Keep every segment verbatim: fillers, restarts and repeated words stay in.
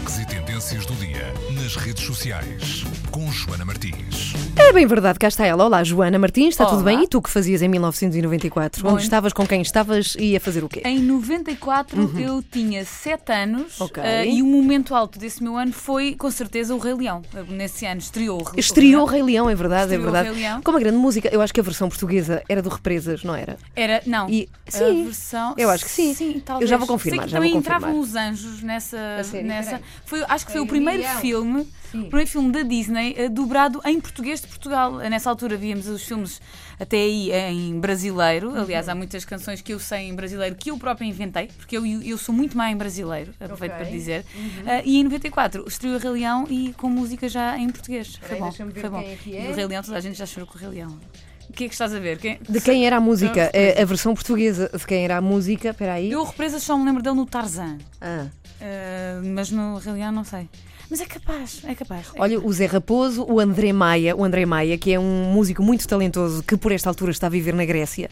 destaques e tendências do dia nas redes sociais com Joana Martins. É bem verdade, cá está ela. Olá, Joana Martins, está Olá. tudo bem? E tu que fazias em mil novecentos e noventa e quatro? Bom, Onde estavas, com quem estavas e a fazer o quê? Em noventa e quatro uhum. eu tinha sete anos Ok. uh, e o momento alto desse meu ano foi, com certeza, o Rei Leão. Nesse ano estreou o Rei Estreou o Rei Leão, é verdade, Estreou é verdade. o Rei Leão. Com uma grande música. Eu acho que a versão portuguesa era do Represas, não era? Era, não. E, a sim, versão, eu acho que sim. sim talvez. Eu já vou confirmar, Sei que já também vou confirmar. entravam os anjos nessa. A sério? nessa. Foi, acho que foi Rei o primeiro Leão. filme, Sim. o primeiro filme da Disney uh, dobrado em português de Portugal. Nessa altura víamos os filmes até aí em brasileiro. Aliás, há muitas canções que eu sei em brasileiro que eu própria inventei, porque eu, eu sou muito má em brasileiro, aproveito Ok. para dizer. Uhum. Uh, e em noventa e quatro estreou o Rei Leão e com música já em português. Foi Peraí, bom. deixa-me ver Foi bom. quem é que é. E o Rei Leão, toda a gente já chorou com o Rei Leão. O que é que estás a ver? Quem... De quem era a música? Represas. A, a versão portuguesa. De quem era a música? Espera aí. Eu, Represas, só me lembro dele no Tarzan. Ah. Uh, mas no Rei Leão não sei. Mas é capaz, é capaz. É Olha, o Zé Raposo, o André Maia, o André Maia, que é um músico muito talentoso que por esta altura está a viver na Grécia,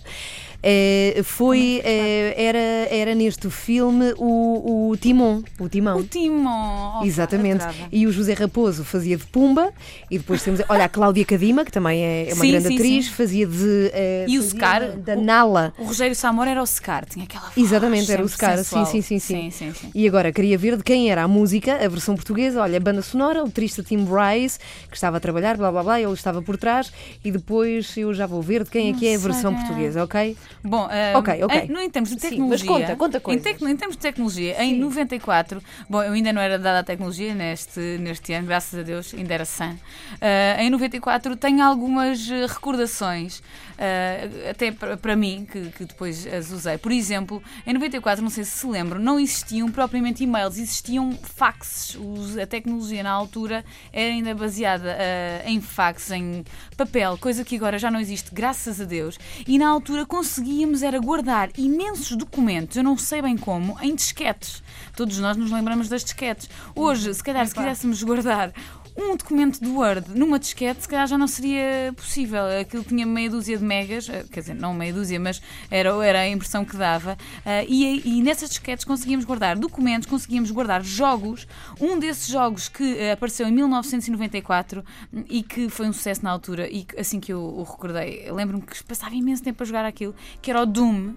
eh, foi, eh, era, era neste filme o, o Timão. O Timão. O Timão. Oh, Exatamente. adorava. E o José Raposo fazia de Pumba, e depois temos, olha, a Cláudia Cadima, que também é uma Sim, grande sim, atriz, sim. fazia de. eh, E o fazia Scar? Da, da Nala. O Rogério Samora era o Scar, tinha aquela voz Exatamente, era o sempre Scar, sim, sensual. sim, sim, sim. sim, sim, sim. E agora queria ver de quem era a música, a versão portuguesa. Olha, a banda sonora, o letrista Tim Rice, que estava a trabalhar, blá blá blá, ele estava por trás, e depois eu já vou ver de quem é que é a Não versão sei. portuguesa, ok? Bom, uh, Ok, ok. Em, no, em termos de Sim, tecnologia. mas conta, conta em, coisas. tec, em termos de tecnologia, Sim. em noventa e quatro, bom, eu ainda não era dada à tecnologia neste, neste ano, graças a Deus, ainda era sã. Uh, em noventa e quatro tenho algumas uh, recordações, uh, até para, para mim, que, que depois as usei. Por exemplo, em noventa e quatro, não sei se se lembram, não existiam propriamente e-mails, existiam faxes. Os, a tecnologia na altura era ainda baseada uh, em fax, em papel, coisa que agora já não existe, graças a Deus. E na altura conseguíamos era guardar imensos documentos, eu não sei bem como, em disquetes. Todos nós nos lembramos das disquetes. Hoje, se calhar, se quiséssemos guardar um documento do Word numa disquete, se calhar já não seria possível. Aquilo tinha meia dúzia de megas, quer dizer, não meia dúzia, mas era, era a impressão que dava. E, e nessas disquetes conseguíamos guardar documentos, conseguíamos guardar jogos. Um desses jogos que apareceu em mil novecentos e noventa e quatro e que foi um sucesso na altura, e assim que eu o recordei, lembro-me que passava imenso tempo a jogar aquilo, que era o Doom.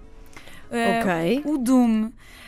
Ok. Uh, o Doom uh,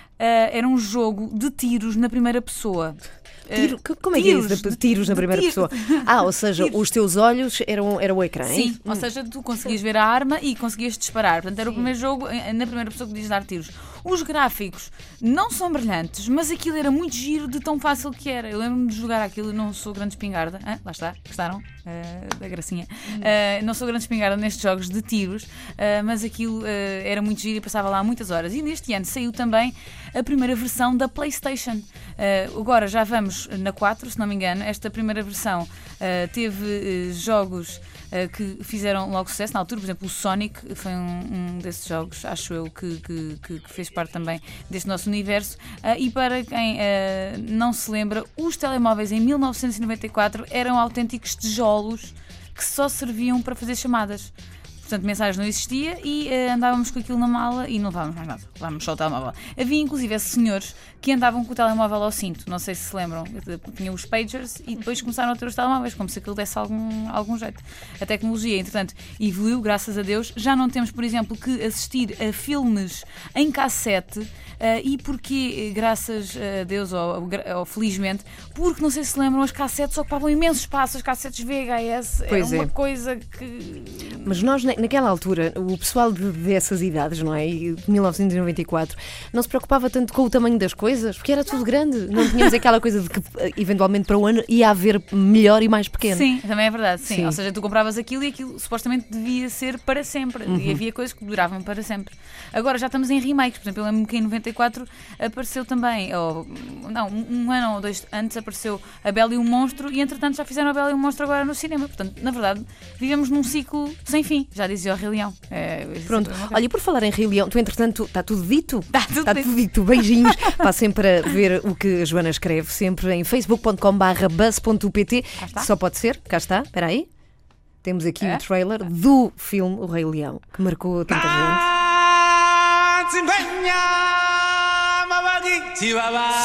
era um jogo de tiros na primeira pessoa. Tiro, Uh, como é que é isso? De, tiros na de primeira tiro. pessoa. Ah, ou seja, Tiros. os teus olhos eram, eram o ecrã, é Sim, isso? ou seja, tu conseguias ver a arma e conseguias disparar. Portanto, era o Sim. primeiro jogo eh, na primeira pessoa que podias dar tiros. Os gráficos não são brilhantes, mas aquilo era muito giro de tão fácil que era. Eu lembro-me de jogar aquilo, não sou grande espingarda. Ah, lá está, gostaram? Uh, da gracinha. Uh, não sou grande espingarda nestes jogos de tiros, uh, mas aquilo uh, era muito giro e passava lá muitas horas. E neste ano saiu também a primeira versão da PlayStation. Uh, agora já vamos na quatro, se não me engano. Esta primeira versão uh, teve uh, jogos uh, que fizeram logo sucesso na altura. Por exemplo, o Sonic foi um, um desses jogos, acho eu, que, que, que fez parte também deste nosso universo. Uh, e para quem uh, não se lembra, os telemóveis em mil novecentos e noventa e quatro eram autênticos tijolos que só serviam para fazer chamadas. Portanto, mensagem não existia e uh, andávamos com aquilo na mala e não levávamos mais nada. Levávamos só o telemóvel. Havia inclusive senhores que andavam com o telemóvel ao cinto. Não sei se se lembram. Tinham os pagers e depois começaram a ter os telemóveis, como se aquilo desse algum, algum jeito. A tecnologia, entretanto, evoluiu, graças a Deus. Já não temos, por exemplo, que assistir a filmes em cassete. Uh, e porquê, graças a Deus, ou, ou felizmente, porque não sei se lembram, as cassetes ocupavam imenso espaço, as cassetes V H S, Pois era é. uma coisa que... Mas nós, na- naquela altura, o pessoal de- dessas idades, não é? E de mil novecentos e noventa e quatro, não se preocupava tanto com o tamanho das coisas, porque era tudo grande. Não tínhamos aquela coisa de que, eh, eventualmente, para o ano ia haver melhor e mais pequeno. Sim, também é verdade, sim. Sim. Ou seja, tu compravas aquilo e aquilo supostamente devia ser para sempre. Uhum. E havia coisas que duravam para sempre. Agora já estamos em remakes. Por exemplo, eu lembro-me que em noventa e quatro apareceu também, ou, não, um, um ano ou dois antes apareceu A Bela e o Monstro e entretanto já fizeram A Bela e o Monstro agora no cinema. Portanto, na verdade, vivemos num ciclo sem fim. Já dizia o Rei Leão. É, Pronto, olha, e por falar em Rei Leão, tu entretanto, está tudo dito? Está tudo Está dito. tudo dito. Beijinhos. Passem para ver o que a Joana escreve sempre em facebook ponto com barra buzz ponto pt. Cá está. Só pode ser, cá está, espera aí. Temos aqui É? o trailer do filme O Rei Leão, que marcou tanta gente. Chihuahua.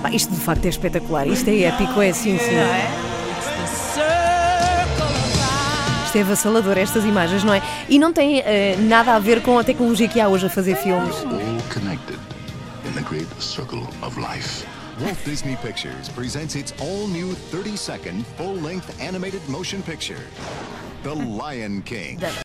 Pá, isto de facto é espetacular, isto é épico, é assim, sim. Não é? Isto é avassalador, estas imagens, não é? E não tem eh, nada a ver com a tecnologia que há hoje a fazer filmes. All connected in the great circle of life. Walt Disney Pictures presents its all-new thirty-second full-length animated motion picture, The Lion King.